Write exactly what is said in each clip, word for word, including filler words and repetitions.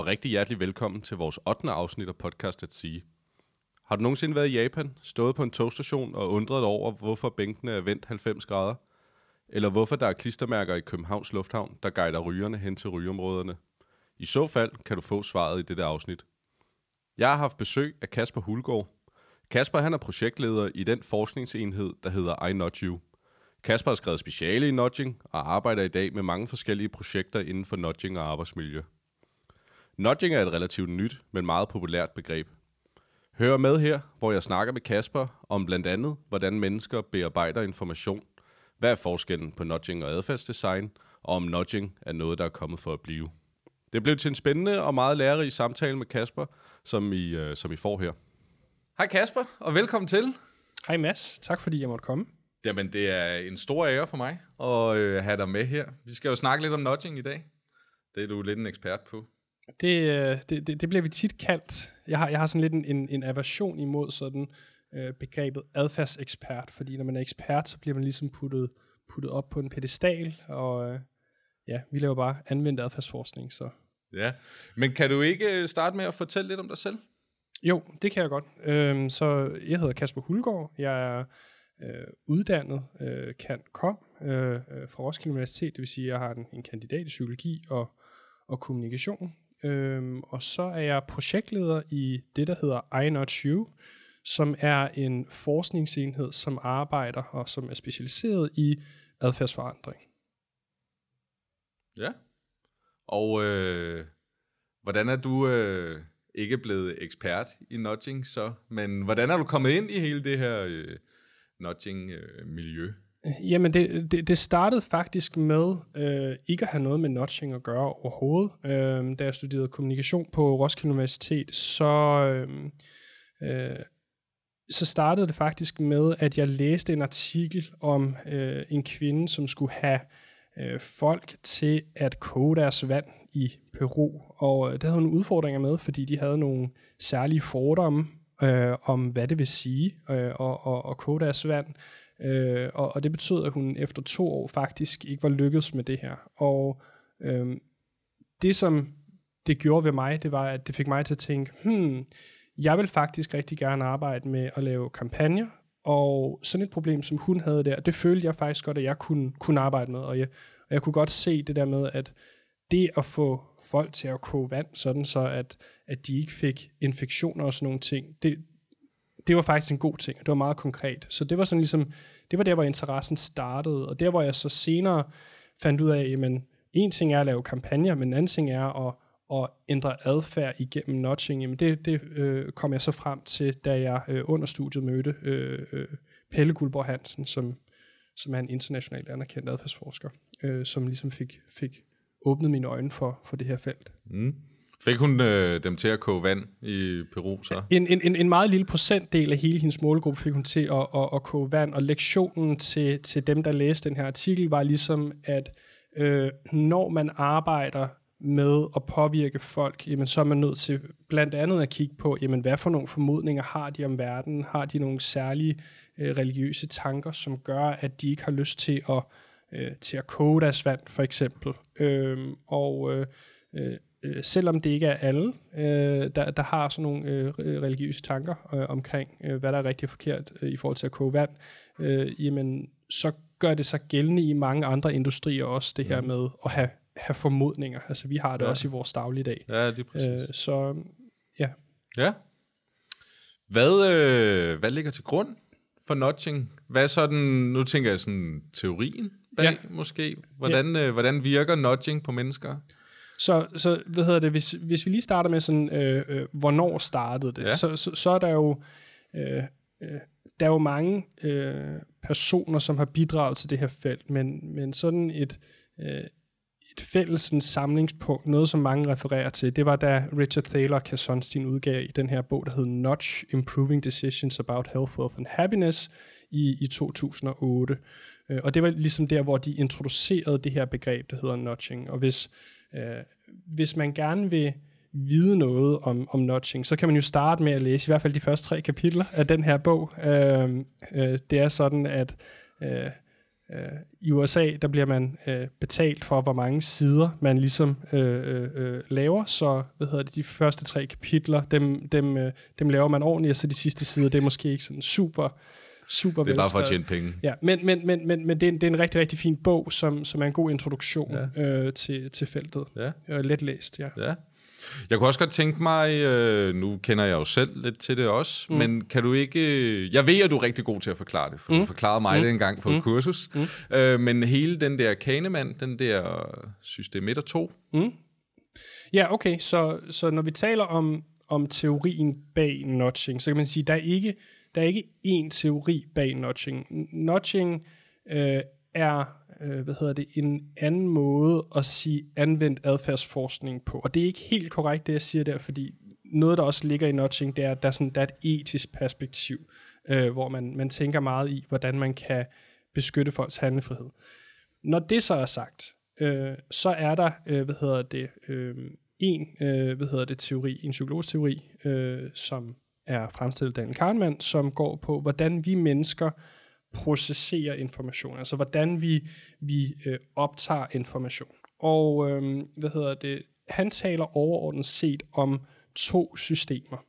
og rigtig hjertelig velkommen til vores ottende afsnit af Podcast at Sige. Har du nogensinde været i Japan, stået på en togstation og undret dig over, hvorfor bænkene er vendt halvfems grader? Eller hvorfor der er klistermærker i Københavns Lufthavn, der guider rygerne hen til rygeområderne? I så fald kan du få svaret i dette afsnit. Jeg har haft besøg af Kasper Hulgaard. Kasper han er projektleder i den forskningsenhed, der hedder I Nudge You. Kasper har skrevet speciale i nudging og arbejder i dag med mange forskellige projekter inden for nudging og arbejdsmiljø. Nudging er et relativt nyt, men meget populært begreb. Hør med her, hvor jeg snakker med Kasper om blandt andet, hvordan mennesker bearbejder information, hvad er forskellen på nudging og adfærdsdesign, og om nudging er noget, der er kommet for at blive. Det blev til en spændende og meget lærerig samtale med Kasper, som I, øh, som I får her. Hej Kasper, og velkommen til. Hej Mads, tak fordi jeg måtte komme. Jamen, det er en stor ære for mig at øh, have dig med her. Vi skal jo snakke lidt om nudging i dag. Det er du lidt en ekspert på. Det, det, det, det bliver vi tit kaldt. Jeg har, jeg har sådan lidt en, en, en aversion imod sådan øh, begrebet adfærdsekspert, fordi når man er ekspert, så bliver man ligesom puttet, puttet op på en pedestal, og øh, ja, vi laver bare anvendt adfærdsforskning. Så. Ja, men kan du ikke starte med at fortælle lidt om dig selv? Jo, det kan jeg godt. Øhm, så jeg hedder Kasper Hulgaard. Jeg er øh, uddannet øh, cand com øh, fra Roskilde Universitet, det vil sige, at jeg har en, en kandidat i psykologi og, og kommunikation. Øhm, og så er jeg projektleder i det, der hedder I Nudge You, som er en forskningsenhed, som arbejder og som er specialiseret i adfærdsforandring. Ja, og øh, hvordan er du øh, ikke blevet ekspert i nudging så, men hvordan er du kommet ind i hele det her øh, nudging-miljø? Øh, Jamen, det, det, det startede faktisk med øh, ikke at have noget med nudging at gøre overhovedet. Øh, da jeg studerede kommunikation på Roskilde Universitet, så, øh, øh, så startede det faktisk med, at jeg læste en artikel om øh, en kvinde, som skulle have øh, folk til at koge deres vand i Peru. Og det havde hun udfordringer med, fordi de havde nogle særlige fordomme øh, om, hvad det vil sige øh, at, at, at koge deres vand. Øh, og, og det betød, at hun efter to år faktisk ikke var lykkedes med det her. Og øh, det, som det gjorde ved mig, det var, at det fik mig til at tænke, hmm, jeg vil faktisk rigtig gerne arbejde med at lave kampagner, og sådan et problem, som hun havde der, det følte jeg faktisk godt, at jeg kunne, kunne arbejde med. Og jeg, og jeg kunne godt se det der med, at det at få folk til at koge vand, sådan så at, at de ikke fik infektioner og sådan nogle ting, det Det var faktisk en god ting, og det var meget konkret. Så det var sådan ligesom, det var der, hvor interessen startede, og der, hvor jeg så senere fandt ud af, jamen, en ting er at lave kampagner, men en anden ting er at, at ændre adfærd igennem nudging. Jamen, det, det øh, kom jeg så frem til, da jeg øh, under studiet mødte øh, øh, Pelle Guldborg Hansen, som, som er en internationalt anerkendt adfærdsforsker, øh, som ligesom fik, fik åbnet mine øjne for, for det her felt. Mm. Fik hun øh, dem til at koge vand i Peru så? En, en, en meget lille procentdel af hele hendes målgruppe fik hun til at, at, at koge vand, og lektionen til, til dem, der læste den her artikel, var ligesom, at øh, når man arbejder med at påvirke folk, jamen, så er man nødt til blandt andet at kigge på, jamen, hvad for nogle formodninger har de om verden? Har de nogle særlige øh, religiøse tanker, som gør, at de ikke har lyst til at, øh, til at koge deres vand, for eksempel? Øh, og øh, øh, Selvom det ikke er alle, øh, der, der har sådan nogle øh, religiøse tanker øh, omkring, øh, hvad der er rigtig og forkert øh, i forhold til at koge vand, øh, jamen, så gør det sig gældende i mange andre industrier også, det her mm. med at have, have formodninger. Altså, vi har det ja. også i vores dagligdag. Ja, det er præcis. Øh, så, ja. Ja. Hvad, øh, hvad ligger til grund for nudging? Hvad er sådan, nu tænker jeg sådan teorien bag, ja. måske? Hvordan, ja. øh, hvordan virker nudging på mennesker? Så, så hvad hedder det, hvis, hvis vi lige starter med sådan, øh, øh, hvornår startede det, ja. så, så, så er der jo, øh, øh, der er jo mange øh, personer, som har bidraget til det her felt, men, men sådan et, øh, et fælles sådan, samlingspunkt, noget som mange refererer til, det var da Richard Thaler Kasonstein udgav i den her bog, der hed Nudge, Improving Decisions About Health, Wealth and Happiness i, i to tusind og otte. Øh, og det var ligesom der, hvor de introducerede det her begreb, der hedder nudging, og hvis Uh, hvis man gerne vil vide noget om, om nudging, så kan man jo starte med at læse i hvert fald de første tre kapitler af den her bog. Uh, uh, det er sådan, at uh, i U S A, der bliver man øh, betalt for, hvor mange sider man ligesom øh, øh, laver, så hvad hedder det, de første tre kapitler, dem, dem, øh, dem laver man ordentligt, og så de sidste sider, det er måske ikke sådan super, super velskrevet. Det er bare for at tjene penge. Ja, men, men, men, men, men det, er en, det er en rigtig, rigtig fin bog, som, som er en god introduktion ja. øh, til, til feltet. Ja. Øh, let læst, ja. Ja. Jeg kunne også godt tænke mig, øh, nu kender jeg jo selv lidt til det også, mm. men kan du ikke... Jeg ved, at du er rigtig god til at forklare det, for mm. du forklarede mig mm. det engang på mm. et kursus. Mm. Øh, men hele den der Kahneman, den der system et og to... Mm. Ja, okay, så, så når vi taler om, om teorien bag nudging, så kan man sige, at der er ikke, der er ikke én teori bag nudging. Nudging øh, er... hvad hedder det, en anden måde at sige anvendt adfærdsforskning på. Og det er ikke helt korrekt, det jeg siger der, fordi noget, der også ligger i nudging, det er, at der er, sådan, der er et etisk perspektiv, øh, hvor man, man tænker meget i, hvordan man kan beskytte folks handlefrihed. Når det så er sagt, øh, så er der, øh, hvad hedder det, øh, en, øh, hvad hedder det, teori, en psykologisk teori, øh, som er fremstillet af Daniel Kahneman, som går på, hvordan vi mennesker processerer information, altså hvordan vi, vi øh, optager information. Og øh, hvad hedder det? Han taler overordnet set om to systemer.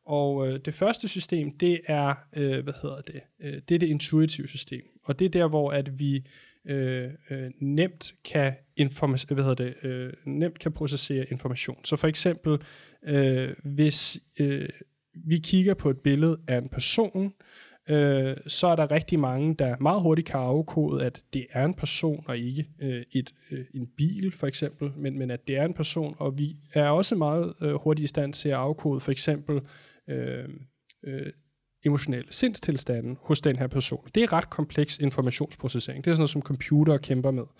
Og øh, det første system, det er, øh, hvad hedder det? Øh, det er det intuitive system. Og det er der, hvor at vi øh, øh, nemt kan informa- hvad hedder det? Øh, nemt kan processere information. Så for eksempel, øh, hvis øh, vi kigger på et billede af en person, Øh, så er der rigtig mange, der meget hurtigt kan afkode, at det er en person, og ikke øh, et, øh, en bil for eksempel, men, men at det er en person, og vi er også meget øh, hurtigt i stand til at afkode for eksempel øh, øh, emotionelle sindstilstanden hos den her person. Det er ret kompleks informationsprocessering. Det er sådan noget, som computere kæmper med.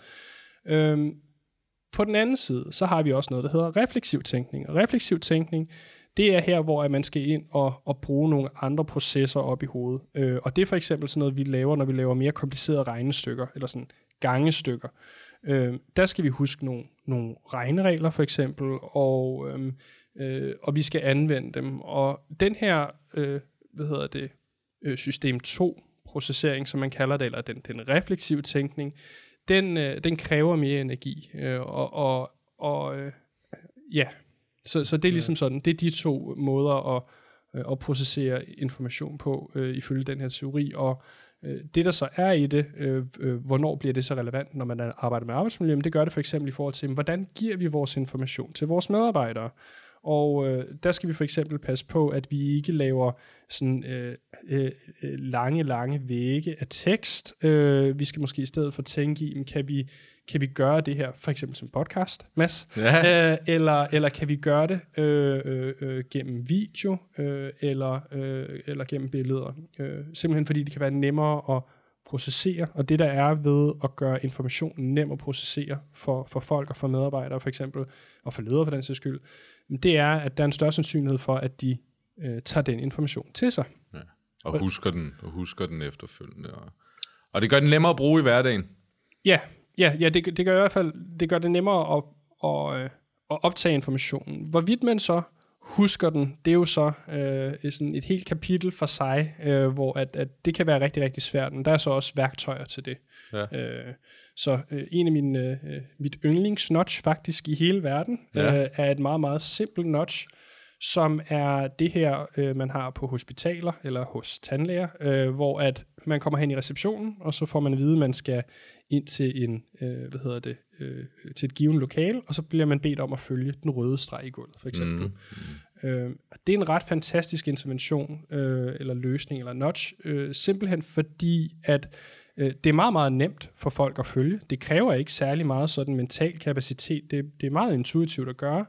Øh, på den anden side, så har vi også noget, der hedder refleksiv tænkning. Og refleksiv tænkning, det er her, hvor man skal ind og, og bruge nogle andre processer op i hovedet. Øh, og det er for eksempel sådan noget, vi laver, når vi laver mere komplicerede regnestykker, eller sådan gangestykker. Øh, der skal vi huske nogle, nogle regneregler, for eksempel, og, øh, øh, og vi skal anvende dem. Og den her, øh, hvad hedder det, øh, system to-processering, som man kalder det, eller den, den refleksive tænkning, den, øh, den kræver mere energi. Øh, og og, og øh, ja... Så, så det er ligesom sådan, det er de to måder at, at processere information på, øh, ifølge den her teori, og øh, det der så er i det, øh, øh, hvornår bliver det så relevant, når man arbejder med arbejdsmiljø, det gør det for eksempel i forhold til, hvordan giver vi vores information til vores medarbejdere, og øh, der skal vi for eksempel passe på, at vi ikke laver sådan øh, øh, lange, lange vægge af tekst, øh, vi skal måske i stedet for tænke i, kan vi Kan vi gøre det her, for eksempel som podcast, Mads? Ja. Øh, eller, eller kan vi gøre det øh, øh, øh, gennem video, øh, eller, øh, eller gennem billeder? Øh, simpelthen fordi det kan være nemmere at processere, og det der er ved at gøre informationen nem at processere for, for folk og for medarbejdere for eksempel, og for ledere for den sags skyld, det er, at der er en større sandsynlighed for, at de øh, tager den information til sig. Ja. Og husker den, og husker den efterfølgende. Og, og det gør den nemmere at bruge i hverdagen. Ja, Ja, ja det, det gør i hvert fald det gør det nemmere at, at, at optage informationen. Hvorvidt man så husker den, det er jo så øh, sådan et helt kapitel for sig, øh, hvor at, at det kan være rigtig, rigtig svært, men der er så også værktøjer til det. Ja. Øh, så øh, en af mine, øh, mit yndlingsnudge faktisk i hele verden, ja. øh, er et meget, meget simpelt nudge, som er det her, øh, man har på hospitaler eller hos tandlæger, øh, hvor at man kommer hen i receptionen, og så får man at vide, at man skal ind til en, øh, hvad hedder det, øh, til et givet lokale, og så bliver man bedt om at følge den røde streg i gulvet, for eksempel. Mm. Mm. Øh, det er en ret fantastisk intervention, øh, eller løsning, eller nudge, øh, simpelthen fordi, at øh, det er meget, meget nemt for folk at følge. Det kræver ikke særlig meget sådan mental kapacitet. Det, det er meget intuitivt at gøre.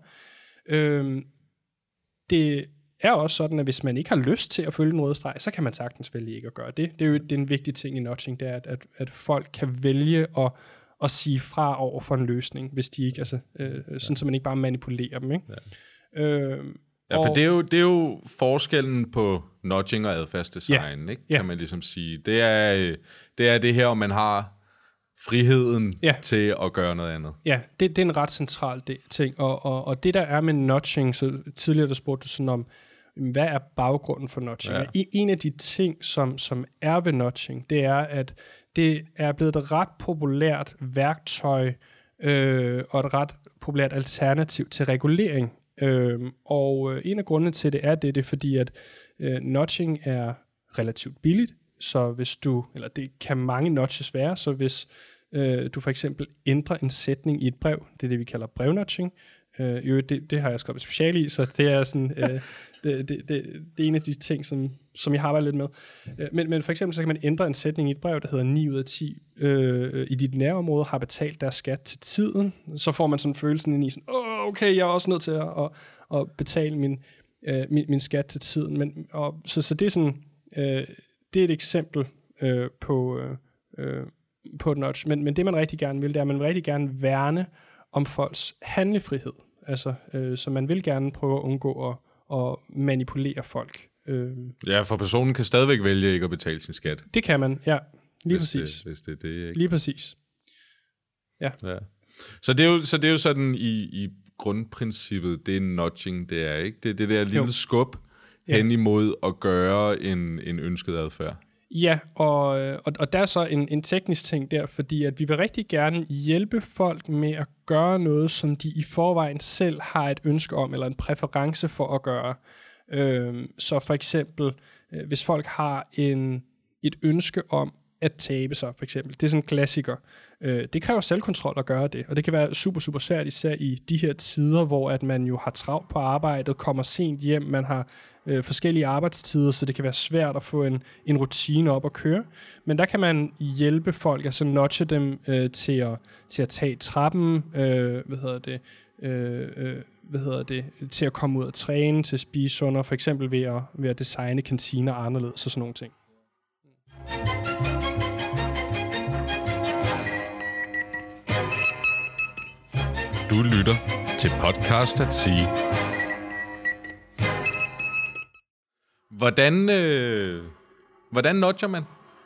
Øh, det er også sådan, at hvis man ikke har lyst til at følge en røde streg, så kan man sagtens vælge ikke at gøre det. Det er jo det er en vigtig ting i nudging, det er, at, at, at folk kan vælge at, at sige fra over for en løsning, hvis de ikke, altså, øh, sådan ja. Så man ikke bare manipulerer dem, ikke? Ja. Øh, ja, for og, det, er jo, det er jo forskellen på nudging og adfærdsdesign, ja, ikke? Ja. Kan man ligesom sige. Det er det, er det her, om man har friheden ja. til at gøre noget andet. Ja, det, det er en ret central ting, og, og, og det der er med nudging, så tidligere der spurgte du sådan om, hvad er baggrunden for nudging? Ja. En af de ting, som, som er ved nudging, det er, at det er blevet et ret populært værktøj øh, og et ret populært alternativ til regulering. Øh, og en af grundene til det er det, det er fordi, at øh, nudging er relativt billigt, så hvis du, eller det kan mange nudges være, så hvis øh, du for eksempel ændrer en sætning i et brev, det er det, vi kalder brevnudging. Øh, jo, det, det har jeg skrevet special i, så det er sådan, øh, det, det, det, det er en af de ting, som, som jeg har arbejdet lidt med. Øh, men, men for eksempel så kan man ændre en sætning i et brev, der hedder ni ud af ti øh, i dit nærområde har betalt deres skat til tiden. Så får man sådan følelsen ind i sådan, åh, okay, jeg er også nødt til at, at, at betale min, øh, min, min skat til tiden. Men, og, så, så det er sådan, øh, det er et eksempel øh, på, øh, på et nudge. Men, men det man rigtig gerne vil, det er, at man vil rigtig gerne værne om folks handlefrihed. Altså, øh, så man vil gerne prøve at undgå at, at manipulere folk. Øh. Ja, for personen kan stadigvæk vælge ikke at betale sin skat. Det kan man, ja. Lige hvis præcis. Det, hvis det er det, ikke? Lige præcis. Ja. ja. Så, det er jo, så det er jo sådan i, i grundprincippet, det er nudging, det er, ikke? Det er det der lille jo. skub ja. hen imod at gøre en, en ønsket adfærd. Ja, og, og, og der er så en, en teknisk ting der, fordi at vi vil rigtig gerne hjælpe folk med at gøre noget, som de i forvejen selv har et ønske om, eller en præference for at gøre. Øhm, så for eksempel, øh, hvis folk har en, et ønske om at tabe sig, for eksempel. Det er sådan en klassiker. Øh, det kræver selvkontrol at gøre det, og det kan være super, super svært, især i de her tider, hvor at man jo har travlt på arbejdet, kommer sent hjem, man har øh, forskellige arbejdstider, så det kan være svært at få en, en rutine op at køre. Men der kan man hjælpe folk, altså nudge dem øh, til, at, til at tage trappen, øh, hvad hedder det, øh, øh, hvad hedder det, til at komme ud og træne, til at spise sundere, for eksempel ved at, ved at designe kantiner anderledes og sådan nogle ting. Du lytter til Podcast at Sige. Hvordan, øh, hvordan nudger man?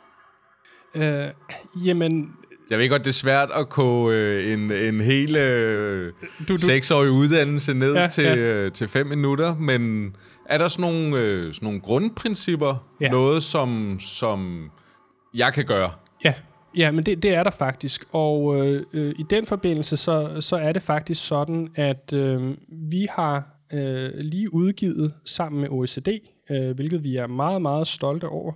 Øh, jamen... Jeg ved godt, det er svært at koge øh, en, en hel øh, du, du. seksårig uddannelse ned ja, til, ja. Øh, til fem minutter, men er der sådan nogle, øh, sådan nogle grundprincipper, ja. noget som, som jeg kan gøre? Ja. Ja, men det, det er der faktisk, og øh, øh, i den forbindelse, så, så er det faktisk sådan, at øh, vi har øh, lige udgivet sammen med O E C D, øh, hvilket vi er meget, meget stolte over,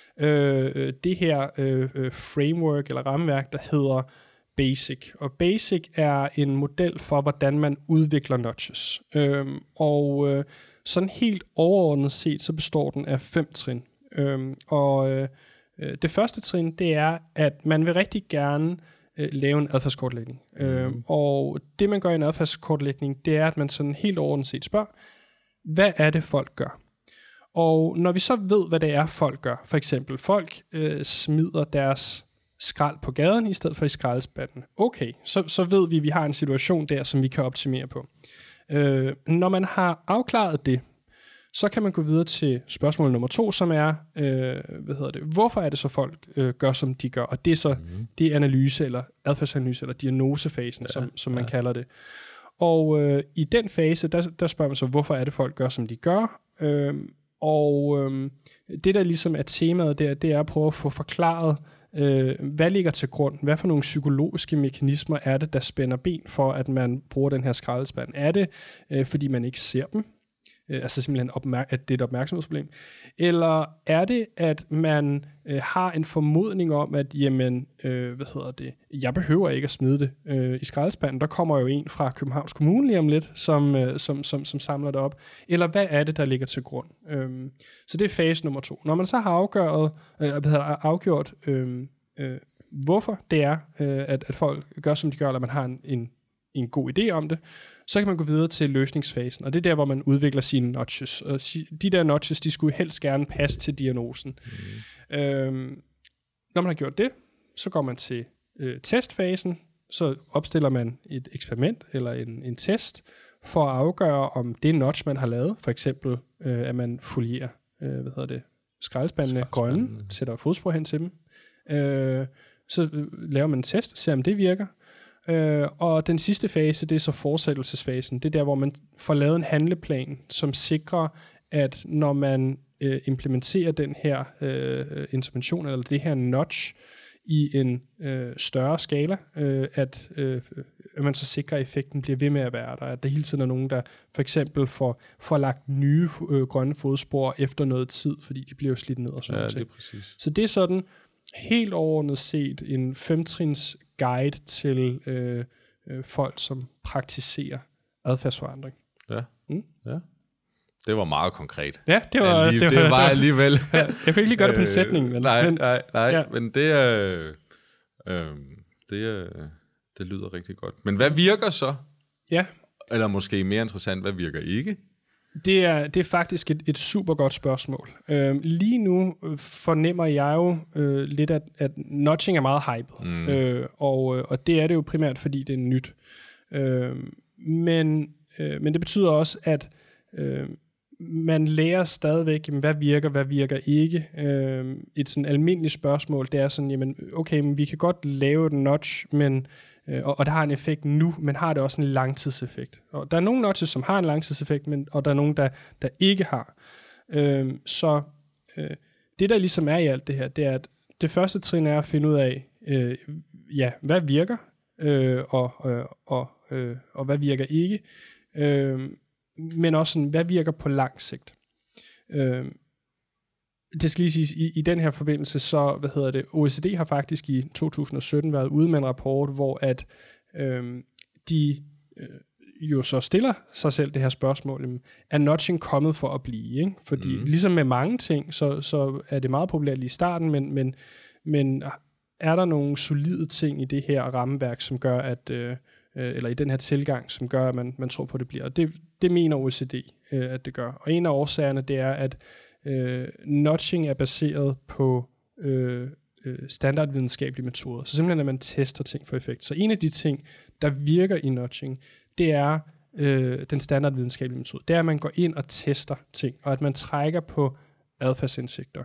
øh, det her øh, framework eller rammeværk, der hedder BASIC. Og BASIC er en model for, hvordan man udvikler nudges. Øh, og øh, sådan helt overordnet set, så består den af fem trin. Øh, og øh, Det første trin, det er, at man vil rigtig gerne øh, lave en adfærdskortlægning. Mm. Øh, og det, man gør i en adfærdskortlægning, det er, at man sådan helt overordnet set spørger, hvad er det, folk gør? Og når vi så ved, hvad det er, folk gør, for eksempel, folk øh, smider deres skrald på gaden, i stedet for i skraldespanden. Okay, så, så ved vi, at vi har en situation der, som vi kan optimere på. Øh, når man har afklaret det, så kan man gå videre til spørgsmål nummer to, som er, øh, hvad hedder det, hvorfor er det så folk øh, gør, som de gør? Og det er så mm. det er analyse, eller adfærdsanalyse, eller diagnosefasen, ja, som, som man ja. kalder det. Og øh, i den fase, der, der spørger man så, hvorfor er det folk gør, som de gør? Øh, og øh, det, der ligesom er temaet der, det er at prøve at få forklaret, øh, hvad ligger til grund? Hvad for nogle psykologiske mekanismer er det, der spænder ben for, at man bruger den her skraldespand? Er det, øh, fordi man ikke ser dem? Altså simpelthen, opmærk- at det er et opmærksomhedsproblem. Eller er det, at man øh, har en formodning om, at jamen, øh, hvad hedder det, jeg behøver ikke at smide det øh, i skraldespanden. Der kommer jo en fra Københavns Kommune lige om lidt, som, øh, som, som, som samler det op. Eller hvad er det, der ligger til grund? Øhm, så det er fase nummer to. Når man så har afgjort, øh, hvad hedder det, afgjort øh, øh, hvorfor det er, øh, at, at folk gør, som de gør, eller man har en, en, en god idé om det, så kan man gå videre til løsningsfasen, og det er der, hvor man udvikler sine nudges. Og de der nudges, de skulle helst gerne passe til diagnosen. Mm. Øhm, når man har gjort det, så går man til øh, testfasen, så opstiller man et eksperiment eller en, en test, for at afgøre, om det nudge, man har lavet, for eksempel, øh, at man folierer, øh, hvad hedder det, skraldespandene grønne, sætter fodspor hen til dem, øh, så laver man en test, ser om det virker. Øh, og den sidste fase, det er så fortsættelsesfasen. Det er der, hvor man får lavet en handleplan, som sikrer, at når man øh, implementerer den her øh, intervention, eller det her nudge, i en øh, større skala, øh, at, øh, at man så sikrer, at effekten bliver ved med at være der. At der hele tiden er nogen, der for eksempel får, får lagt nye øh, grønne fodspor efter noget tid, fordi de bliver jo slidt ned og sådan ja, noget. Det er præcis. Så det er sådan helt overordnet set en femtrins guide til øh, øh, folk, som praktiserer adfærdsforandring. Ja, mm? ja. Det var meget konkret. Ja, det var, Alligevel, det var, det var alligevel. Ja, jeg kunne ikke lige gøre det på en sætning. Men, nej, men, nej, nej, ja. men det er... Øh, det, er, det lyder rigtig godt. Men hvad virker så? Ja. Eller måske mere interessant, hvad virker ikke? Det er, det er faktisk et, et super godt spørgsmål. Øh, lige nu fornemmer jeg jo øh, lidt, at, at nudging er meget hyped. Mm. Øh, og, og det er det jo primært, fordi det er nyt. Øh, men, øh, men det betyder også, at øh, man lærer stadigvæk, jamen, hvad virker, hvad virker ikke. Øh, et sådan almindeligt spørgsmål, det er sådan, jamen, okay, men vi kan godt lave et nudge, men, øh, og, og det har en effekt nu, men har det også en langtidseffekt. Og der er nogle nudges, som har en langtidseffekt, men, og der er nogle, der, der ikke har. Øh, så øh, det, der ligesom er i alt det her, det er, at det første trin er at finde ud af, øh, ja, hvad virker, øh, og, øh, og, øh, og hvad virker ikke. Øh, men også sådan, hvad virker på lang sigt. Øh, det skal lige siges, i, i den her forbindelse, så, hvad hedder det, O E C D har faktisk i to tusind og sytten været ude med en rapport, hvor at øh, de øh, jo så stiller sig selv det her spørgsmål, jamen, er nudging kommet for at blive? Ikke? Fordi mm. ligesom med mange ting, så, så er det meget populært lige i starten, men, men, men er der nogle solide ting i det her rammeværk, som gør, at øh, eller i den her tilgang, som gør, at man, man tror på, at det bliver. Og det, det mener O E C D, øh, at det gør. Og en af årsagerne, det er, at øh, nudging er baseret på øh, øh, standardvidenskabelige metoder. Så simpelthen, at man tester ting for effekt. Så en af de ting, der virker i nudging, det er øh, den standardvidenskabelige metode. Det er, at man går ind og tester ting, og at man trækker på adfærdsindsigter.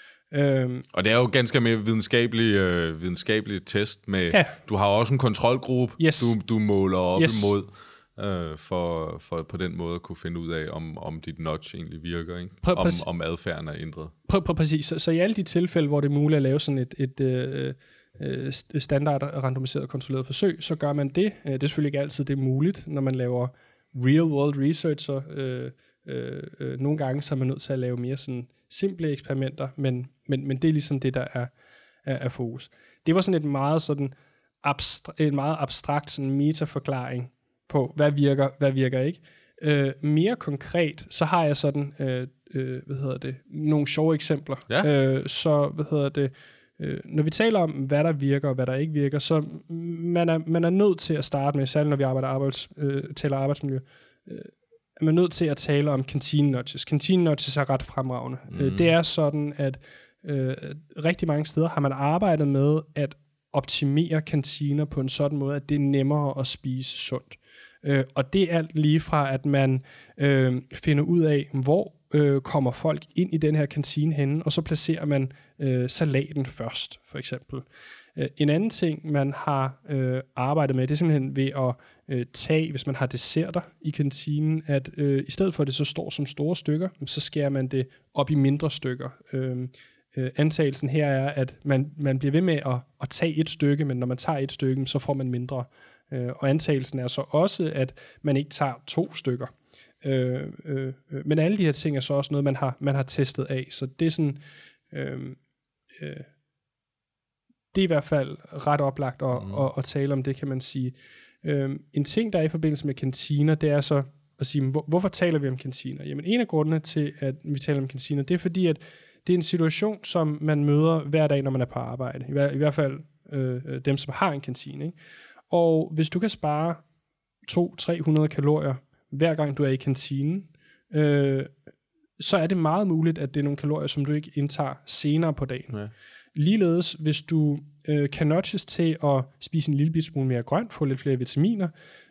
Øhm, og det er jo ganske mere videnskabelig, øh, videnskabelig test med, ja. Du har også en kontrolgruppe, yes. du, du måler op yes. imod, øh, for, for på den måde at kunne finde ud af, om, om dit nudge egentlig virker, ikke? Præ- om, om adfærden er ændret. Præ- præ- præcis, så, så i alle de tilfælde, hvor det er muligt at lave sådan et, et øh, øh, standard randomiseret kontrolleret forsøg, så gør man det. Det er selvfølgelig ikke altid, det er muligt, når man laver real world research, så øh, øh, øh, nogle gange så er man nødt til at lave mere sådan simple eksperimenter, men, men, men det er ligesom det, der er, er, er fokus. Det var sådan et meget sådan abstra- en meget abstrakt sådan metaforklaring på, hvad virker, hvad virker ikke. Øh, mere konkret, så har jeg sådan, øh, øh, hvad hedder det, nogle sjove eksempler. Ja. Øh, så, hvad hedder det, øh, når vi taler om, hvad der virker og hvad der ikke virker, så man er, man er nødt til at starte med, særligt når vi arbejder arbejds, øh, taler arbejdsmiljø, øh, er man nødt til at tale om canteen nudges. Canteen nudges er ret fremragende. Mm. Det er sådan, at øh, rigtig mange steder har man arbejdet med at optimere kantiner på en sådan måde, at det er nemmere at spise sundt. Øh, og det er alt lige fra, at man øh, finder ud af, hvor øh, kommer folk ind i den her kantine henne, og så placerer man øh, salaten først, for eksempel. Øh, en anden ting, man har øh, arbejdet med, det er simpelthen ved at øh, tage, hvis man har desserter i kantinen, at øh, i stedet for at det så står som store stykker, så skærer man det op i mindre stykker. Øh, øh, antagelsen her er, at man, man bliver ved med at, at tage et stykke, men når man tager et stykke, så får man mindre. Øh, og antagelsen er så også, at man ikke tager to stykker. Øh, øh, øh, men alle de her ting er så også noget, man har, man har testet af. Så det er sådan... Øh, øh, det er i hvert fald ret oplagt at, mm. at, at tale om det, kan man sige. Øhm, en ting, der er i forbindelse med kantiner, det er så at sige, hvor, hvorfor taler vi om kantiner? Jamen, en af grundene til, at vi taler om kantiner, det er fordi, at det er en situation, som man møder hver dag, når man er på arbejde. I, hver, i hvert fald øh, dem, som har en kantine. Ikke? Og hvis du kan spare to til tre hundrede kalorier, hver gang du er i kantinen, øh, så er det meget muligt, at det er nogle kalorier, som du ikke indtager senere på dagen. Ja. Ligeledes, hvis du øh, kan nudges til at spise en lille bit smule mere grønt, få lidt flere vitaminer,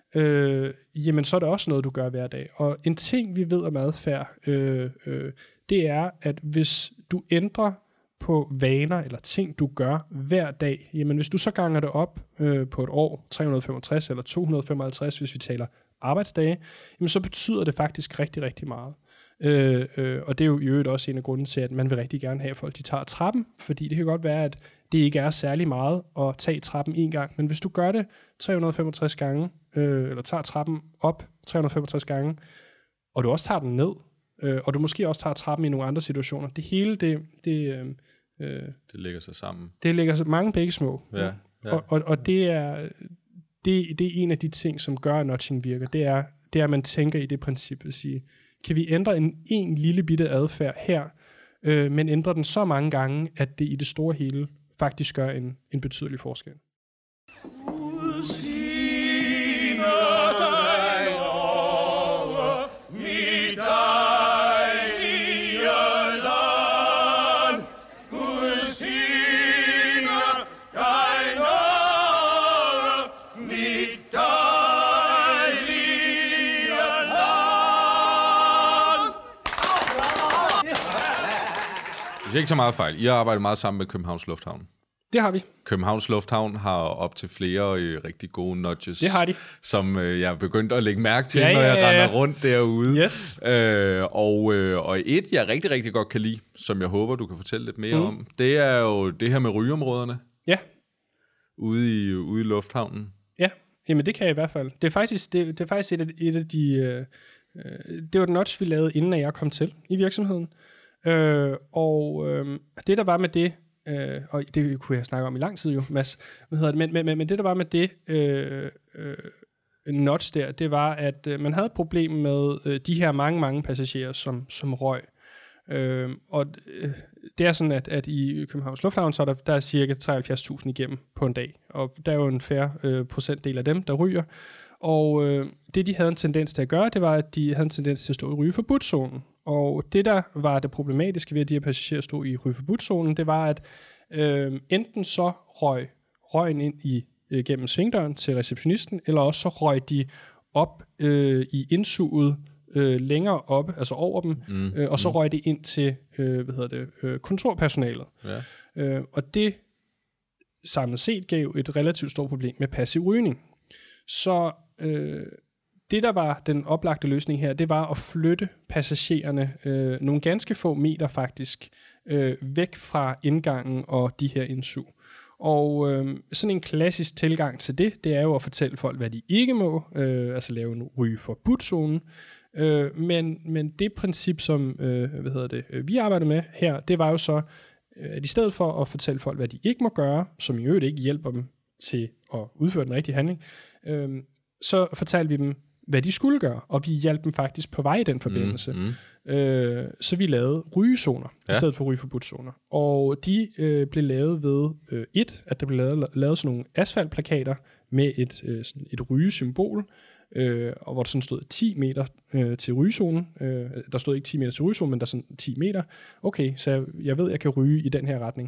øh, jamen så er det også noget, du gør hver dag. Og en ting, vi ved om adfærd, øh, øh, det er, at hvis du ændrer på vaner eller ting, du gør hver dag, jamen hvis du så ganger det op øh, på et år, tre hundrede og femogtres eller to hundrede og femoghalvtreds, hvis vi taler arbejdsdage, jamen så betyder det faktisk rigtig, rigtig meget. Øh, øh, og det er jo i øvrigt også en af grunden til, at man vil rigtig gerne have, at folk de tager trappen, fordi det kan godt være, at det ikke er særlig meget at tage trappen en gang, men hvis du gør det tre hundrede og femogtres gange, øh, eller tager trappen op tre hundrede og femogtres gange, og du også tager den ned, øh, og du måske også tager trappen i nogle andre situationer, det hele, det... det øh, øh, det lægger sig sammen. Det lægger sig mange begge små. Ja, ja. Og, og, og det er... Det, det er en af de ting, som gør, at nudging virker. Det er, det er, at man tænker i det princip at sige, kan vi ændre en, en lille bitte adfærd her, øh, men ændre den så mange gange, at det i det store hele faktisk gør en, en betydelig forskel. Det er ikke så meget fejl. I har arbejdet meget sammen med Københavns Lufthavn. Det har vi. Københavns Lufthavn har op til flere øh, rigtig gode nudges. Det har de. Som øh, jeg er begyndt at lægge mærke til, ja, når ja, jeg ja, ja. render rundt derude. Yes. Øh, og, øh, og et, jeg rigtig, rigtig godt kan lide, som jeg håber, du kan fortælle lidt mere mm. om, det er jo det her med rygeområderne. Ja. Ude i, ude i lufthavnen. Ja, jamen det kan jeg i hvert fald. Det er faktisk, det, det er faktisk et, af, et af de... Øh, det var et nudge, vi lavede, inden jeg kom til i virksomheden. Øh, og øh, det, der var med det, øh, og det kunne jeg snakke om i lang tid jo, Mads, hvad hedder det, men, men, men det, der var med det øh, øh, nudge der, det var, at øh, man havde et problem med øh, de her mange, mange passagerer, som, som røg. Øh, og øh, det er sådan, at, at i Københavns Lufthavn, så er der, der er cirka treoghalvfjerds tusind igennem på en dag, og der er jo en fair øh, procentdel af dem, der ryger. Og øh, det, de havde en tendens til at gøre, det var, at de havde en tendens til at stå i rygeforbudszonen. Og det, der var det problematiske ved, at de her passagerer stod i rygeforbudszonen, det var, at øh, enten så røg røgen ind i, øh, gennem svingdøren til receptionisten, eller også så røg de op øh, i indsuget øh, længere oppe, altså over dem, mm, øh, og så mm. røg det ind til øh, hvad hedder det, øh, kontorpersonalet. Ja. Øh, og det samlet set gav et relativt stort problem med passiv rygning. Så øh, det, der var den oplagte løsning her, det var at flytte passagererne øh, nogle ganske få meter faktisk øh, væk fra indgangen og de her indsug. Og øh, sådan en klassisk tilgang til det, det er jo at fortælle folk, hvad de ikke må, øh, altså lave en rygeforbudszone. Øh, men, men det princip, som øh, hvad hedder det, vi arbejder med her, det var jo så, at i stedet for at fortælle folk, hvad de ikke må gøre, som i øvrigt ikke hjælper dem til at udføre den rigtige handling, øh, så fortalte vi dem, hvad de skulle gøre, og vi hjalp dem faktisk på vej i den forbindelse. Mm, mm. Øh, så vi lavede rygezoner, ja. I stedet for rygeforbudszoner. Og de øh, blev lavet ved øh, et, at der blev lavet, lavet sådan nogle asfaltplakater med et, øh, sådan et rygesymbol, øh, og hvor der sådan stod ti meter øh, til rygezonen. Øh, der stod ikke ti meter til rygezonen, men der sådan ti meter. Okay, så jeg, jeg ved, jeg kan ryge i den her retning.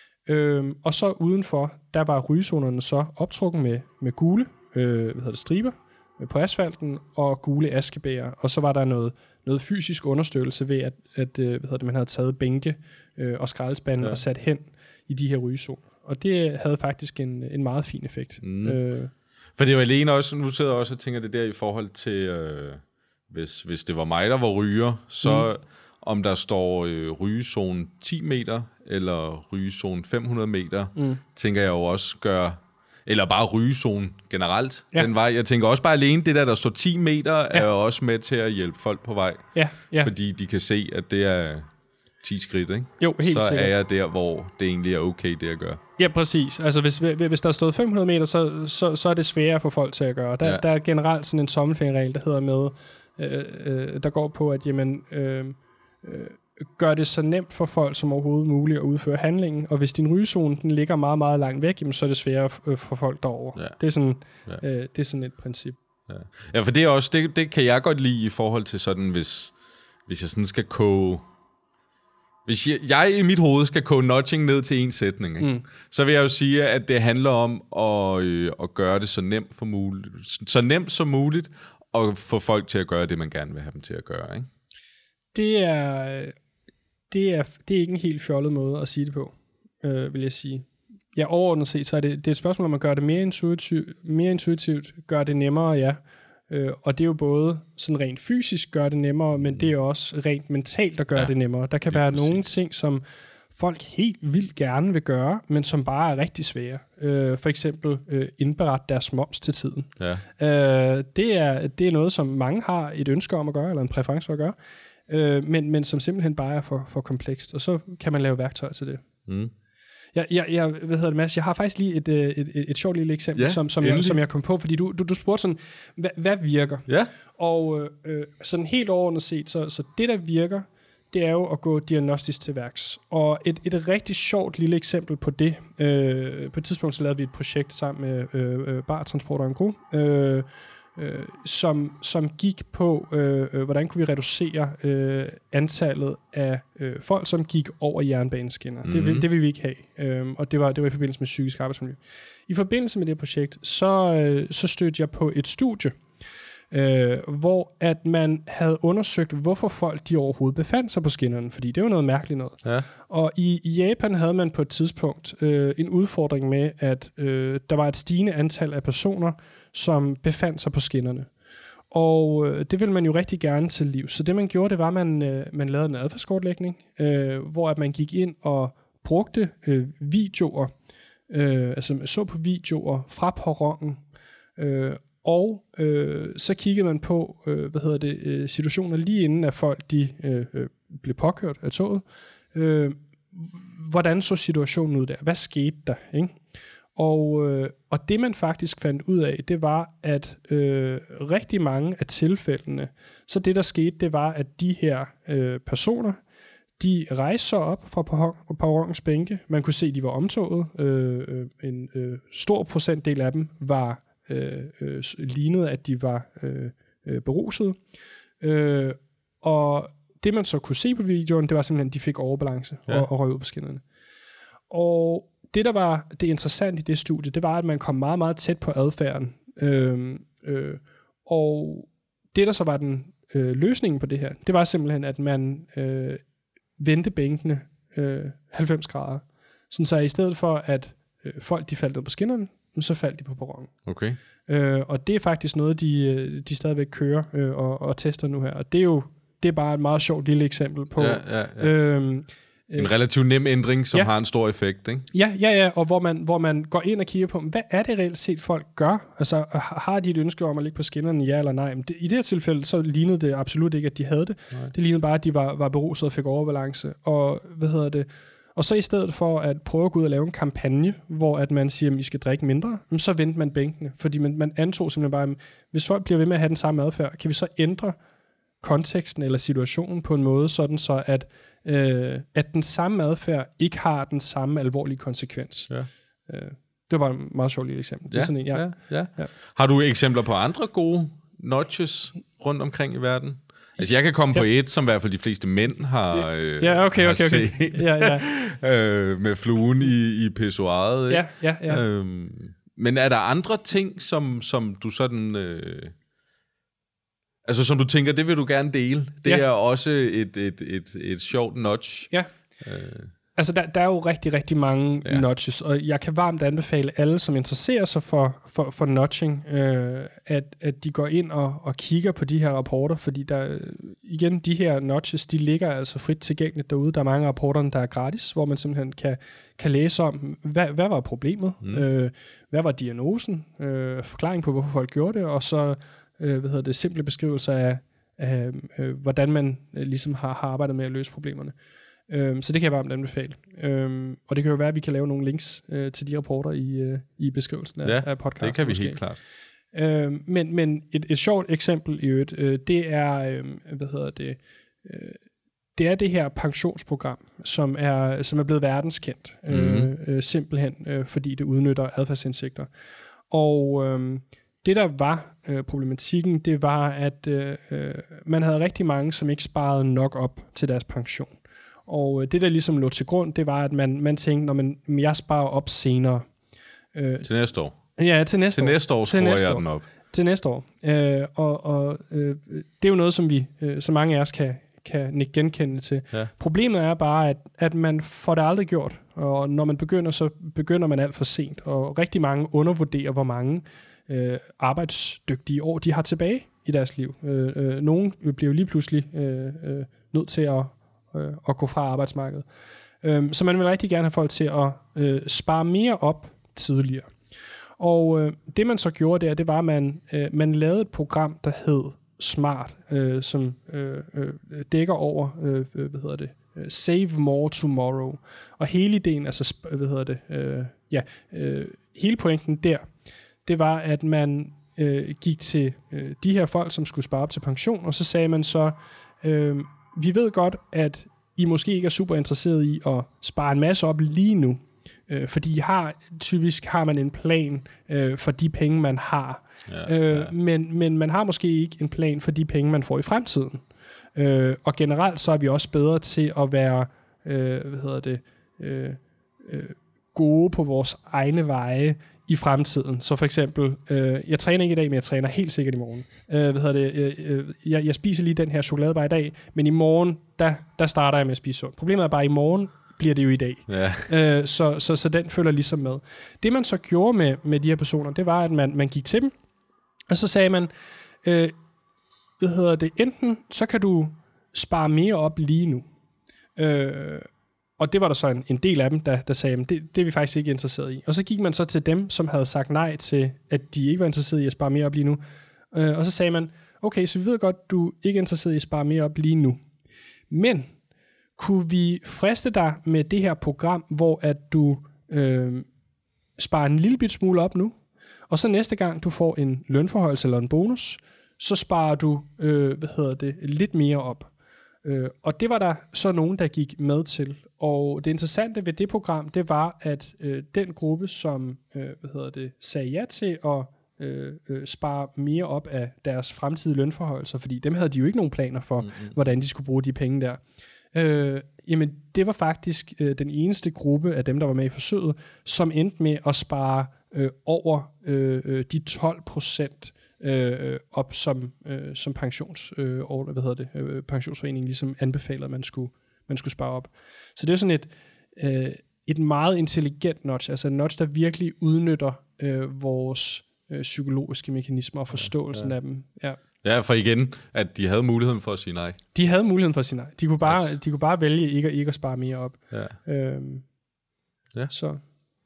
Øh, og så udenfor, der var rygezonerne så optrukket med, med gule øh, hvad hedder det, striber på asfalten og gule askebæger, og så var der noget, noget fysisk understøttelse ved, at, at hvad hedder det, man havde taget bænke øh, og skraldespande ja. og sat hen i de her rygezoner. Og det havde faktisk en, en meget fin effekt. Mm. Øh. For det er jo alene også, nu sidder jeg også og tænker det der i forhold til, øh, hvis, hvis det var mig, der var ryger, så mm. om der står øh, rygezone ti meter eller rygezone fem hundrede meter, mm. tænker jeg jo også gør... Eller bare rygezone generelt. Ja. Den vej. Jeg tænker også bare alene, det der, der står ti meter, ja. er jo også med til at hjælpe folk på vej. Ja. Ja. Fordi de kan se, at det er ti skridt, ikke? Jo, helt Så sikkert. er jeg der, hvor det egentlig er okay, det at gøre. Ja, præcis. Altså, hvis, hvis der er stået fem hundrede meter, så, så, så er det sværere for folk til at gøre. Der, ja. der er generelt sådan en tommelfingerregel, der hedder med, øh, øh, der går på, at jamen... Øh, øh, gør det så nemt for folk som overhovedet muligt at udføre handlingen, og hvis din rygezone den ligger meget, meget langt væk, jamen, så er det sværere for folk derovre. Ja. Det, er sådan, ja. øh, det er sådan et princip. Ja, ja for det er også, det, det kan jeg godt lide i forhold til sådan, hvis, hvis jeg sådan skal koge, hvis jeg, jeg i mit hoved skal koge nudging ned til en sætning, ikke? Mm. Så vil jeg jo sige, at det handler om at, øh, at gøre det så nemt, for muligt, så nemt som muligt, og få folk til at gøre det, man gerne vil have dem til at gøre, ikke? Det er... Det er, det er ikke en helt fjollet måde at sige det på, øh, vil jeg sige. Ja, overordnet set, så er det, det er et spørgsmål, om man gør det mere intuitivt, mere intuitivt, gør det nemmere, ja. Øh, og det er jo både sådan rent fysisk gør det nemmere, men det er også rent mentalt, der gør ja, det nemmere. Der kan være præcis. nogle ting, som folk helt vildt gerne vil gøre, men som bare er rigtig svære. Øh, for eksempel øh, indberette deres moms til tiden. Ja. Øh, det, er, det er noget, som mange har et ønske om at gøre, eller en præference for at gøre, øh, men, men som simpelthen bare er for, for komplekst. Og så kan man lave værktøjer til det. Mm. Jeg, jeg, jeg, hvad hedder det, Mads? Jeg har faktisk lige et, et, et, et sjovt lille eksempel, ja, som, som, jeg, som jeg kom på, fordi du, du, du spurgte sådan, hvad, hvad virker? Ja. Og øh, sådan helt overordnet set, så, så det, der virker, det er jo at gå diagnostisk til værks. Og et, et rigtig sjovt lille eksempel på det, øh, på et tidspunkt så lavede vi et projekt sammen med øh, Bar Transport og Engro, øh, øh, som, som gik på, øh, hvordan kunne vi reducere øh, antallet af øh, folk, som gik over jernbaneskinner. Mm-hmm. Det, det vil vi ikke have, øh, og det var, det var i forbindelse med psykisk arbejdsmiljø. I forbindelse med det projekt, så, øh, så stødte jeg på et studie, Øh, hvor at man havde undersøgt, hvorfor folk de overhovedet befandt sig på skinnerne, fordi det var noget mærkeligt noget. Ja. Og i, i Japan havde man på et tidspunkt øh, en udfordring med, at øh, der var et stigende antal af personer, som befandt sig på skinnerne. Og øh, det ville man jo rigtig gerne til liv. Så det man gjorde, det var, at man, øh, man lavede en adfærdskortlægning, øh, hvor at man gik ind og brugte øh, videoer, øh, altså så på videoer fra perronen, øh, og øh, så kiggede man på, øh, hvad hedder det, øh, situationer lige inden, at folk de øh, øh, blev påkørt af toget. Øh, hvordan så situationen ud der? Hvad skete der? Ikke? Og, øh, og det man faktisk fandt ud af, det var, at øh, rigtig mange af tilfældene, så det der skete, det var, at de her øh, personer, de rejste sig op fra perronens bænke. Man kunne se, at de var omtoget. Øh, en øh, stor procentdel af dem var Øh, øh, lignede, at de var øh, øh, berusede. Øh, og det man så kunne se på videoen, det var simpelthen, at de fik overbalance ja. og, og røg ud på skinnerne. Og det, der var det interessante i det studie, det var, at man kom meget, meget tæt på adfærden. Øh, øh, og det, der så var den øh, løsningen på det her, det var simpelthen, at man øh, vendte bænkene øh, halvfems grader. Sådan så i stedet for, at øh, folk de faldt ned på skinnerne, så faldt de på perronen. Okay. Øh, og det er faktisk noget, de, de stadigvæk kører øh, og, og tester nu her. Og det er jo det er bare et meget sjovt lille eksempel på... Ja, ja, ja. Øhm, en relativt nem ændring, som ja. har en stor effekt, ikke? Ja, ja, ja, og hvor man, hvor man går ind og kigger på, hvad er det reelt set, folk gør? Altså, har de et ønske om at ligge på skinnerne, ja eller nej? Men det, i det her tilfælde, så lignede det absolut ikke, at de havde det. Nej. Det lignede bare, at de var, var beruset og fik overbalance. Og, hvad hedder det... Og så i stedet for at prøve at gå ud og lave en kampagne, hvor at man siger, at I skal drikke mindre, så vendte man bænkene. Fordi man, man antog simpelthen bare, at hvis folk bliver ved med at have den samme adfærd, kan vi så ændre konteksten eller situationen på en måde, sådan så at, øh, at den samme adfærd ikke har den samme alvorlige konsekvens. Ja. Øh, det var bare et meget sjovt lille eksempel. Det ja, er sådan en, ja, ja, ja. Ja. Har du eksempler på andre gode notches rundt omkring i verden? Altså, jeg kan komme ja. på et, som i hvert fald de fleste mænd har, øh, ja, okay, har okay, okay. set, ja, ja. øh, med fluen i, i pissoiret. Ja, ja, ja. Øhm, men er der andre ting, som, som du sådan... Øh, altså, som du tænker, det vil du gerne dele? Det ja. er også et, et, et, et sjovt notch. Ja. Øh. Altså, der, der er jo rigtig, rigtig mange ja. notches, og jeg kan varmt anbefale alle, som interesserer sig for, for, for notching, øh, at, at de går ind og, og kigger på de her rapporter, fordi der, igen, de her notches, de ligger altså frit tilgængeligt derude. Der er mange af rapporterne, der er gratis, hvor man simpelthen kan, kan læse om, hvad, hvad var problemet, mm. øh, hvad var diagnosen, øh, forklaring på, hvorfor folk gjorde det, og så øh, hvad hedder det, simple beskrivelser af, af øh, hvordan man øh, ligesom har, har arbejdet med at løse problemerne. Øhm, så det kan jeg varmt anbefale. Øhm, og det kan jo være, at vi kan lave nogle links øh, til de rapporter i, øh, i beskrivelsen af, ja, af podcasten. det kan vi måske. helt klart. Øhm, men men et, et sjovt eksempel i øvrigt, øh, det er, øh, hvad hedder det, øh, det er det her pensionsprogram, som er, som er blevet verdenskendt, mm-hmm. øh, øh, simpelthen øh, fordi det udnytter adfærdsindsigter. Og øh, det der var øh, problematikken, det var, at øh, man havde rigtig mange, som ikke sparede nok op til deres pension. Og det, der ligesom lå til grund, det var, at man, man tænkte, når man, jeg sparer op senere. Øh, til næste år? Ja, til næste til år. Næste år til næste år jeg den op. Til næste år. Øh, og og øh, det er jo noget, som vi, øh, så mange af os kan, kan nikke genkende til. Ja. Problemet er bare, at, at man får det aldrig gjort. Og når man begynder, så begynder man alt for sent. Og rigtig mange undervurderer, hvor mange øh, arbejdsdygtige år, de har tilbage i deres liv. Øh, øh, nogle bliver jo lige pludselig øh, øh, nødt til at, øh, at gå fra arbejdsmarkedet. Øh, så man vil rigtig gerne have folk til at øh, spare mere op tidligere. Og øh, det man så gjorde der, det var, at man, øh, man lavede et program, der hed Smart, øh, som øh, øh, dækker over, øh, hvad hedder det, Save More Tomorrow. Og hele ideen, altså, hvad hedder det, øh, ja, øh, hele pointen der, det var, at man øh, gik til øh, de her folk, som skulle spare op til pension, og så sagde man så, øh, vi ved godt, at I måske ikke er super interesseret i at spare en masse op lige nu, øh, fordi I har, typisk har man en plan øh, for de penge, man har. Ja, øh, ja. Men, men man har måske ikke en plan for de penge, man får i fremtiden. Øh, og generelt så er vi også bedre til at være øh, hvad hedder det, øh, øh, gode på vores egne veje i fremtiden. Så for eksempel, øh, jeg træner ikke i dag, men jeg træner helt sikkert i morgen. Øh, hvad hedder det, øh, jeg, jeg spiser lige den her chokoladebar i dag, men i morgen, der, der starter jeg med at spise sundt. Problemet er bare, at i morgen bliver det jo i dag. Ja. Øh, så, så, så den følger ligesom med. Det man så gjorde med, med de her personer, det var, at man, man gik til dem, og så sagde man, øh, hvad hedder det, enten så kan du spare mere op lige nu. Øh, og det var der så en, en del af dem, der, der sagde, det, det er vi faktisk ikke interesseret i. Og så gik man så til dem, som havde sagt nej til, at de ikke var interesseret i at spare mere op lige nu. Øh, og så sagde man, okay, så vi ved godt, du ikke er interesseret i at spare mere op lige nu. Men kunne vi friste dig med det her program, hvor at du øh, sparer en lille bit smule op nu, og så næste gang du får en lønforhøjelse eller en bonus, så sparer du øh, hvad hedder det, lidt mere op. Øh, og det var der så nogen, der gik med til. Og det interessante ved det program, det var, at øh, den gruppe, som øh, hvad hedder det, sagde ja til at øh, øh, spare mere op af deres fremtidige lønforhøjelser, fordi dem havde de jo ikke nogen planer for, mm-hmm. hvordan de skulle bruge de penge der. Øh, jamen, det var faktisk øh, den eneste gruppe af dem, der var med i forsøget, som endte med at spare øh, over øh, de tolv procent øh, op, som, øh, som pensions, øh, og, hvad hedder det, øh, pensionsforeningen ligesom anbefalede, at man skulle, man skulle spare op. Så det er sådan et, øh, et meget intelligent nudge, altså en nudge, der virkelig udnytter øh, vores øh, psykologiske mekanismer og forståelsen ja, ja. af dem. Ja. Ja, for igen, at de havde muligheden for at sige nej. De havde muligheden for at sige nej. De kunne bare, yes. de kunne bare vælge ikke, ikke at spare mere op. Ja. Øhm, ja. Så.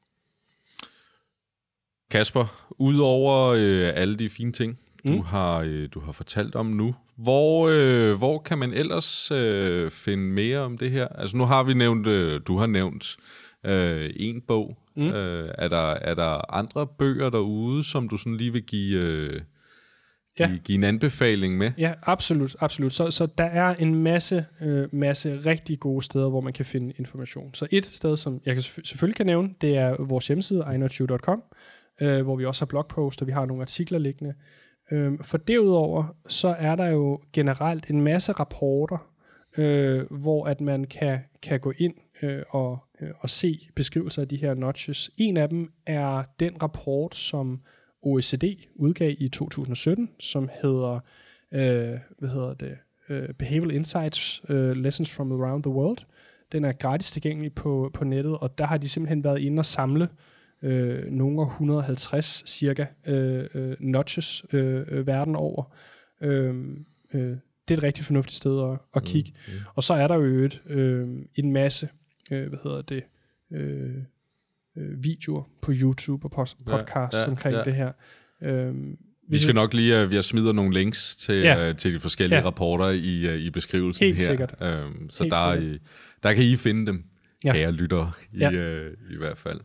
Kasper, udover øh, alle de fine ting, du, mm. har, øh, du har fortalt om nu, hvor, øh, hvor kan man ellers øh, finde mere om det her? Altså nu har vi nævnt, øh, du har nævnt øh, en bog. Mm. Øh, er, der, er der andre bøger derude, som du sådan lige vil give... Øh, Ja. Give en anbefaling med? Ja, absolut, absolut. Så, så der er en masse, øh, masse rigtig gode steder, hvor man kan finde information. Så et sted, som jeg kan selvfølgelig kan nævne, det er vores hjemmeside, i nudge you dot com, øh, hvor vi også har blogpost, og vi har nogle artikler liggende. Øh, for derudover, så er der jo generelt en masse rapporter, øh, hvor at man kan, kan gå ind øh, og, øh, og se beskrivelser af de her nudges. En af dem er den rapport, som O E C D udgav i to tusind og sytten, som hedder, øh, hvad hedder det, uh, Behavioral Insights, uh, Lessons from Around the World. Den er gratis tilgængelig på, på nettet, og der har de simpelthen været inde og samle øh, nogle et hundrede og halvtreds cirka øh, øh, nudges øh, verden over. Øh, øh, det er et rigtig fornuftigt sted at, at kigge. Mm, mm. Og så er der jo et, øh, en masse, øh, hvad hedder det, øh, videoer på YouTube og podcasts ja, ja, omkring ja. det her. Øhm, vi skal nok lige, uh, vi har smider nogle links til, ja. uh, til de forskellige ja. rapporter i, uh, i beskrivelsen Helt her. Sikkert. Øhm, så Helt der, sikkert. I, der kan I finde dem, ja. kære lyttere, i, ja. uh, i hvert fald.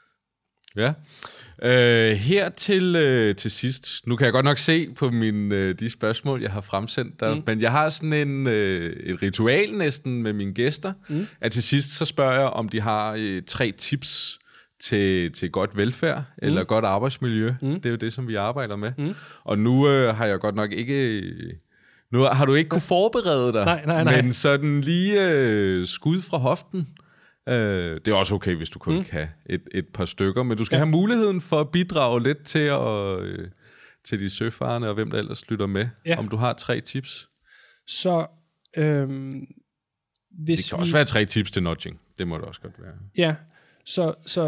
Ja. Uh, her til, uh, til sidst, nu kan jeg godt nok se på min, uh, de spørgsmål, jeg har fremsendt der, mm. men jeg har sådan en, uh, et ritual næsten med mine gæster, mm. at til sidst så spørger jeg, om de har uh, tre tips Til, til godt velfærd, mm. eller godt arbejdsmiljø. Mm. Det er jo det, som vi arbejder med. Mm. Og nu øh, har jeg godt nok ikke... Nu har du ikke kunne forberede dig, nej, nej, nej. men sådan lige øh, skud fra hoften. Øh, det er også okay, hvis du kun mm. kan et, et par stykker, men du skal ja. have muligheden for at bidrage lidt til, at, øh, til de søfarende, og hvem der ellers lytter med, ja. om du har tre tips. Så... Øhm, hvis det kan vi... også være tre tips til nudging. Det må det også godt være. Ja, Så, så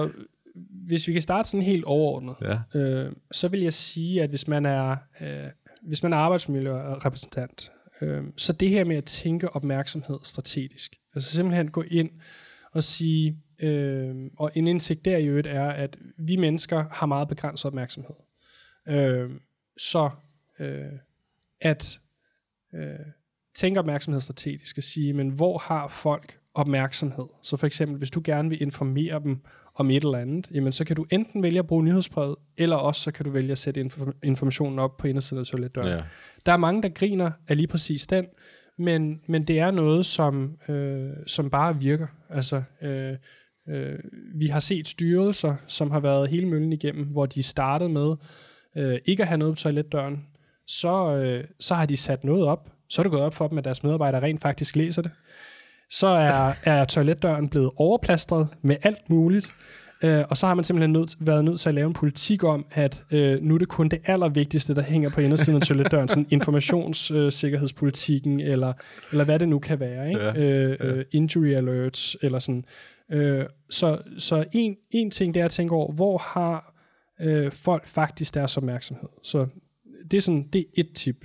hvis vi kan starte sådan helt overordnet, Ja. øh, så vil jeg sige, at hvis man er, øh, hvis man er arbejdsmiljørepræsentant, øh, så det her med at tænke opmærksomhed strategisk, altså simpelthen gå ind og sige, øh, og en indsigt der i øvrigt er, at vi mennesker har meget begrænset opmærksomhed. Øh, så øh, at øh, tænke opmærksomhed strategisk og sige, men hvor har folk opmærksomhed? Så for eksempel, hvis du gerne vil informere dem om et eller andet, jamen så kan du enten vælge at bruge nyhedsbrevet, eller også så kan du vælge at sætte inf- informationen op på indersiden af toiletdøren. Ja. Der er mange, der griner af lige præcis den, men, men det er noget, som, øh, som bare virker. Altså, øh, øh, vi har set styrelser, som har været hele møllen igennem, hvor de startede med øh, ikke at have noget på toiletdøren, så, øh, så har de sat noget op, så er det gået op for dem, at deres medarbejdere rent faktisk læser det. Så er, er toiletdøren blevet overplastret med alt muligt, øh, og så har man simpelthen nødt, været nødt til at lave en politik om, at øh, nu er det kun det allervigtigste, der hænger på indersiden af toiletdøren, sådan informationssikkerhedspolitikken, øh, eller, eller hvad det nu kan være, ikke? Ja, øh, ja. Øh, injury alerts, eller sådan. Øh, så så en, en ting, det er at tænke over, hvor har øh, folk faktisk deres opmærksomhed? Så det er sådan, det er et tip.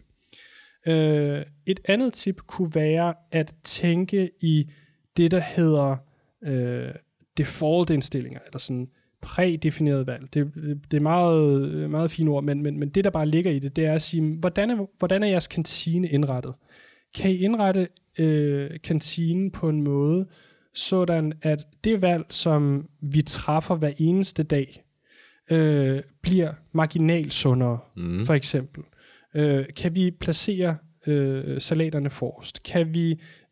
Uh, et andet tip kunne være at tænke i det, der hedder uh, default-indstillinger, eller sådan prædefineret valg. Det, det, det er meget, meget fine ord, men, men, men det, der bare ligger i det, det er at sige, hvordan er, hvordan er jeres kantine indrettet? Kan I indrette uh, kantinen på en måde, sådan at det valg, som vi træffer hver eneste dag, uh, bliver marginalt sundere, mm. for eksempel? Øh, kan vi placere øh, salaterne forrest? Kan vi,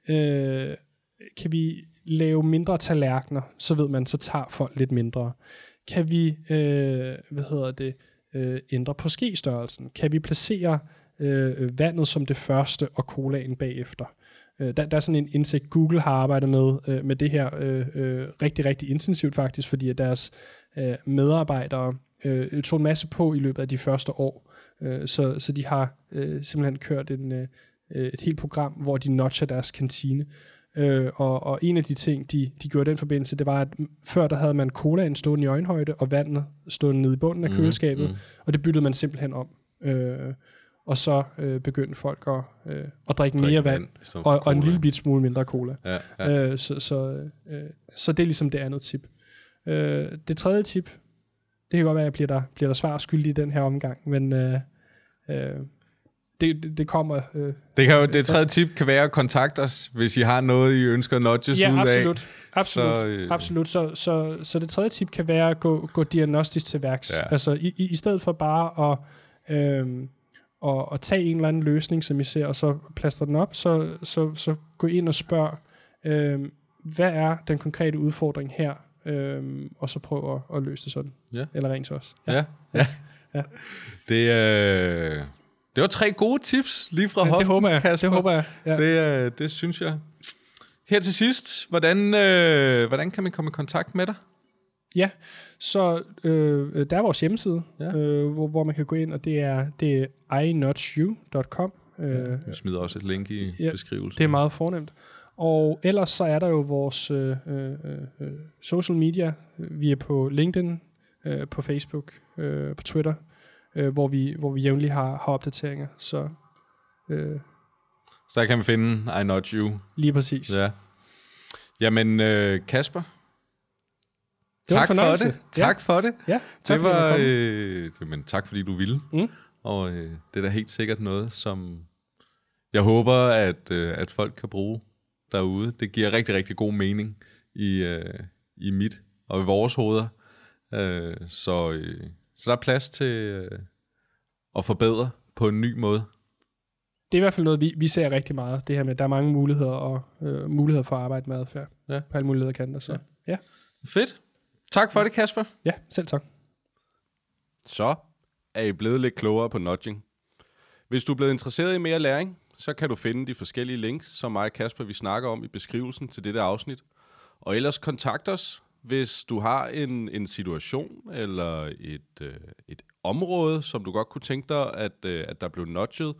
øh, kan vi lave mindre tallerkener, så ved man, så tager folk lidt mindre? Kan vi øh, hvad hedder det, øh, ændre på skestørrelsen? Kan vi placere øh, vandet som det første og colaen bagefter? Øh, der, der er sådan en indsigt, Google har arbejdet med, øh, med det her øh, øh, rigtig, rigtig intensivt faktisk, fordi at deres øh, medarbejdere øh, tog en masse på i løbet af de første år. Så, så de har øh, simpelthen kørt en, øh, et helt program, hvor de notcher deres kantine. Øh, og, og en af de ting, de, de gjorde i den forbindelse, det var, at før der havde man colaen stående i øjenhøjde, og vandet stående nede i bunden af mm, køleskabet, mm. og det byttede man simpelthen om. Øh, og så øh, begyndte folk at, øh, at drikke Drik mere vand, vand og, og en lille bit smule mindre cola. Ja, ja. Øh, så, så, øh, så det er ligesom det andet tip. Øh, det tredje tip, det kan godt være, at jeg bliver der, bliver der svar skyldig i den her omgang, men øh, øh, det, det, det kommer... Øh, det, kan jo, det tredje tip kan være at kontakte os, hvis I har noget, I ønsker nudges ja, ud absolut, af. absolut, så, øh, absolut. Så, så, så det tredje tip kan være at gå, gå diagnostisk til værks. Ja. Altså i, i, i stedet for bare at, øh, at, at tage en eller anden løsning, som I ser, og så plaster den op, så, så, så gå ind og spørg, øh, hvad er den konkrete udfordring her? Øhm, og så prøve at, at løse det sådan. Ja. Eller ringe til os. Ja, ja. ja. ja. Det, øh, det var tre gode tips lige fra ja, hoften, det håber jeg. Kasper. Det håber jeg. Ja. Det, øh, det synes jeg. Her til sidst, hvordan, øh, hvordan kan man komme i kontakt med dig? Ja, så øh, der er vores hjemmeside, ja. øh, hvor, hvor man kan gå ind, og det er, det er i nudge you dot com. Øh, ja, vi smider også et link i ja, beskrivelsen. Det er meget fornemt. Og ellers så er der jo vores øh, øh, øh, social media. Vi er på LinkedIn, øh, på Facebook, øh, på Twitter, øh, hvor vi hvor vi jævnligt har, har opdateringer. Så øh, så der kan man finde I Nudge You. Lige præcis. Ja. Jamen øh, Kasper, det tak for det. Tak ja. for det. Ja, tak det var, øh, men tak fordi du ville. Mm. Og øh, det er da helt sikkert noget, som jeg håber, at øh, at folk kan bruge derude. Det giver rigtig, rigtig god mening i, øh, i mit og i vores hoveder. Øh, så, øh, så der er plads til øh, at forbedre på en ny måde. Det er i hvert fald noget, vi, vi ser rigtig meget. Det her med, at der er mange muligheder og øh, muligheder for at arbejde med adfærd. Ja. På alle muligheder kanter. Så. Ja. Ja. Fedt. Tak for det, Kasper. Ja, selv tak. Så er I blevet lidt klogere på nudging. Hvis du er blevet interesseret i mere læring, så kan du finde de forskellige links, som mig og Kasper vi snakker om i beskrivelsen til dette afsnit. Og ellers kontakt os, hvis du har en, en situation eller et, øh, et område, som du godt kunne tænke dig, at, øh, at der blev nudget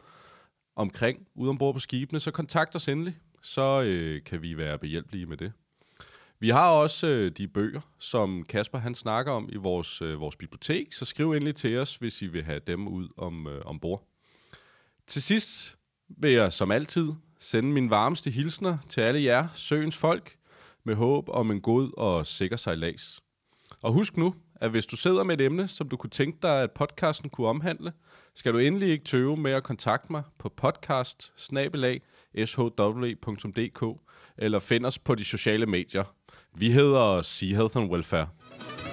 omkring ude ombord på skibene, så kontakt os endelig, så øh, kan vi være behjælpelige med det. Vi har også øh, de bøger, som Kasper han snakker om i vores, øh, vores bibliotek, så skriv endelig til os, hvis I vil have dem ud om, øh, ombord. Til sidst vil jeg som altid sende mine varmeste hilsner til alle jer, søens folk, med håb om en god og sikker sejlads. Og husk nu, at hvis du sidder med et emne, som du kunne tænke dig, at podcasten kunne omhandle, skal du endelig ikke tøve med at kontakte mig på podcast bindestreg s h w punktum d k eller find os på de sociale medier. Vi hedder Sea Health and Welfare.